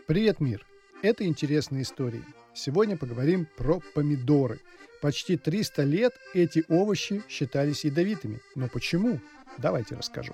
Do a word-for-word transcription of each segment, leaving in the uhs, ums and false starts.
Привет, мир! Это интересные истории. Сегодня поговорим про помидоры. Почти триста лет эти овощи считались ядовитыми. Но почему? Давайте расскажу.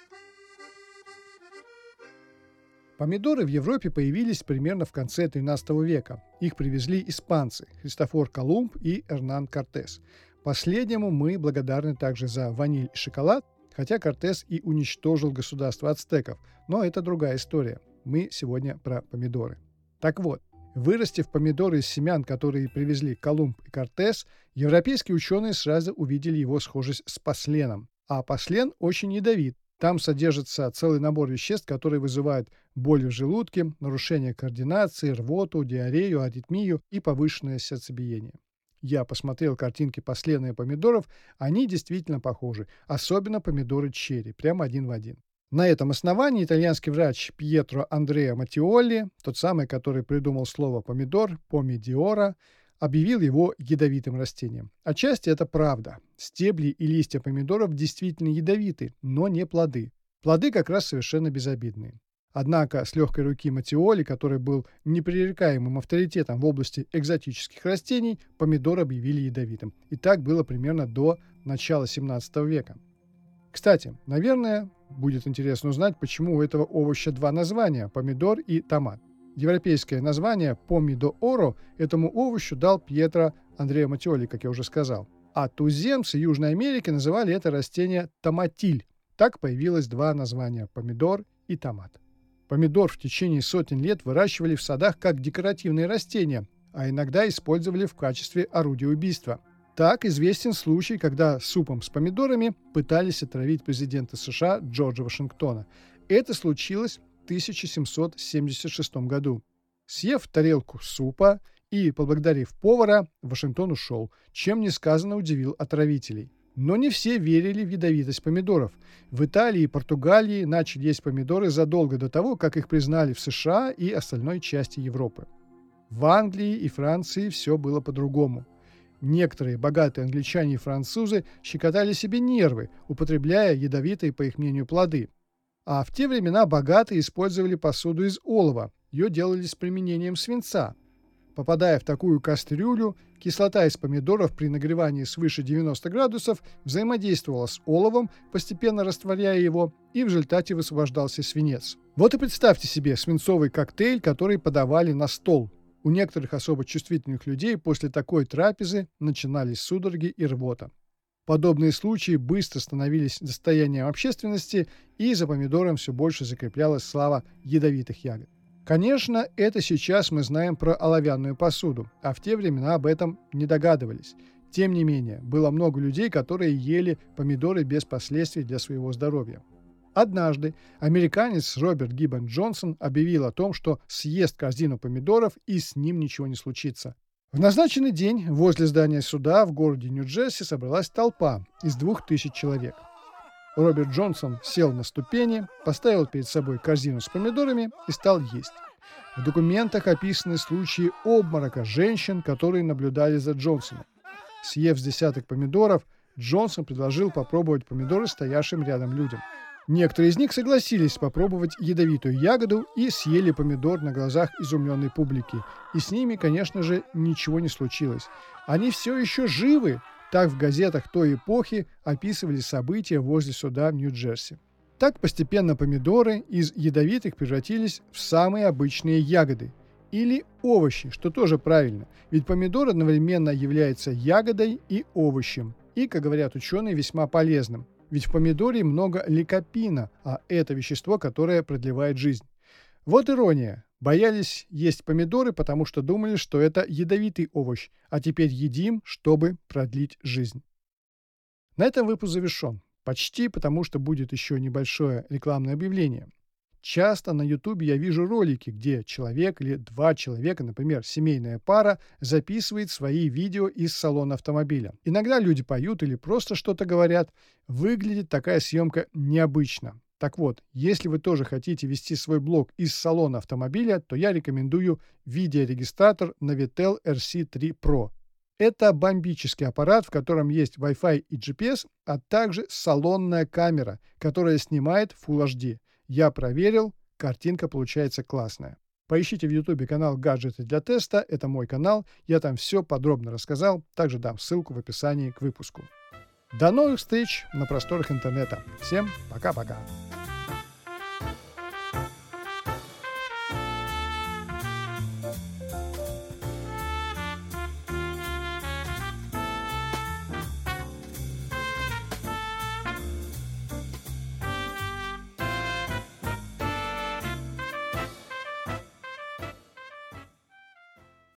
Помидоры в Европе появились примерно в конце тринадцатого века. Их привезли испанцы Христофор Колумб и Эрнан Кортес. Последнему мы благодарны также за ваниль и шоколад, хотя Кортес и уничтожил государство ацтеков. Но это другая история. Мы сегодня про помидоры. Так вот, вырастив помидоры из семян, которые привезли Колумб и Кортес, европейские ученые сразу увидели его схожесть с посленом. А послен очень ядовит. Там содержится целый набор веществ, которые вызывают боль в желудке, нарушение координации, рвоту, диарею, аритмию и повышенное сердцебиение. Я посмотрел картинки послена и помидоров, они действительно похожи, особенно помидоры черри, прямо один в один. На этом основании итальянский врач Пьетро Андреа Матиолли, тот самый, который придумал слово помидор, помидиора, объявил его ядовитым растением. Отчасти это правда. Стебли и листья помидоров действительно ядовиты, но не плоды. Плоды как раз совершенно безобидные. Однако с легкой руки Матиолли, который был непререкаемым авторитетом в области экзотических растений, помидор объявили ядовитым. И так было примерно до начала семнадцатого века. Кстати, наверное, будет интересно узнать, почему у этого овоща два названия – помидор и томат. Европейское название помидоро этому овощу дал Пьетро Андреа Матиолли, как я уже сказал. А туземцы Южной Америки называли это растение томатиль. Так появилось два названия – помидор и томат. Помидор в течение сотен лет выращивали в садах как декоративные растения, а иногда использовали в качестве орудия убийства. Так известен случай, когда супом с помидорами пытались отравить президента США Джорджа Вашингтона. Это случилось в тысяча семьсот семьдесят шестом году. Съев тарелку супа и поблагодарив повара, Вашингтон ушел, чем несказанно удивил отравителей. Но не все верили в ядовитость помидоров. В Италии и Португалии начали есть помидоры задолго до того, как их признали в США и остальной части Европы. В Англии и Франции все было по-другому. Некоторые богатые англичане и французы щекотали себе нервы, употребляя ядовитые, по их мнению, плоды. А в те времена богатые использовали посуду из олова. Ее делали с применением свинца. Попадая в такую кастрюлю, кислота из помидоров при нагревании свыше девяноста градусов взаимодействовала с оловом, постепенно растворяя его, и в результате высвобождался свинец. Вот и представьте себе свинцовый коктейль, который подавали на стол. У некоторых особо чувствительных людей после такой трапезы начинались судороги и рвота. Подобные случаи быстро становились достоянием общественности, и за помидором все больше закреплялась слава ядовитых ягод. Конечно, это сейчас мы знаем про оловянную посуду, а в те времена об этом не догадывались. Тем не менее, было много людей, которые ели помидоры без последствий для своего здоровья. Однажды американец Роберт Гиббон Джонсон объявил о том, что съест корзину помидоров и с ним ничего не случится. В назначенный день возле здания суда в городе Нью-Джерси собралась толпа из двух тысяч человек. Роберт Джонсон сел на ступени, поставил перед собой корзину с помидорами и стал есть. В документах описаны случаи обморока женщин, которые наблюдали за Джонсоном. Съев с десяток помидоров, Джонсон предложил попробовать помидоры стоявшим рядом людям. Некоторые из них согласились попробовать ядовитую ягоду и съели помидор на глазах изумленной публики. И с ними, конечно же, ничего не случилось. Они все еще живы. Так в газетах той эпохи описывали события возле суда в Нью-Джерси. Так постепенно помидоры из ядовитых превратились в самые обычные ягоды. Или овощи, что тоже правильно. Ведь помидор одновременно является ягодой и овощем. И, как говорят ученые, весьма полезным. Ведь в помидоре много ликопина, а это вещество, которое продлевает жизнь. Вот ирония. Боялись есть помидоры, потому что думали, что это ядовитый овощ, а теперь едим, чтобы продлить жизнь. На этом выпуск завершен. Почти, потому что будет еще небольшое рекламное объявление. Часто на YouTube я вижу ролики, где человек или два человека, например, семейная пара, записывает свои видео из салона автомобиля. Иногда люди поют или просто что-то говорят. Выглядит такая съемка необычно. Так вот, если вы тоже хотите вести свой блог из салона автомобиля, то я рекомендую видеорегистратор Navitel эр си три про. Это бомбический аппарат, в котором есть Wi-Fi и джи пи эс, а также салонная камера, которая снимает Full эйч ди. Я проверил, картинка получается классная. Поищите в Ютубе канал «Гаджеты для теста». Это мой канал. Я там все подробно рассказал. Также дам ссылку в описании к выпуску. До новых встреч на просторах интернета. Всем пока-пока.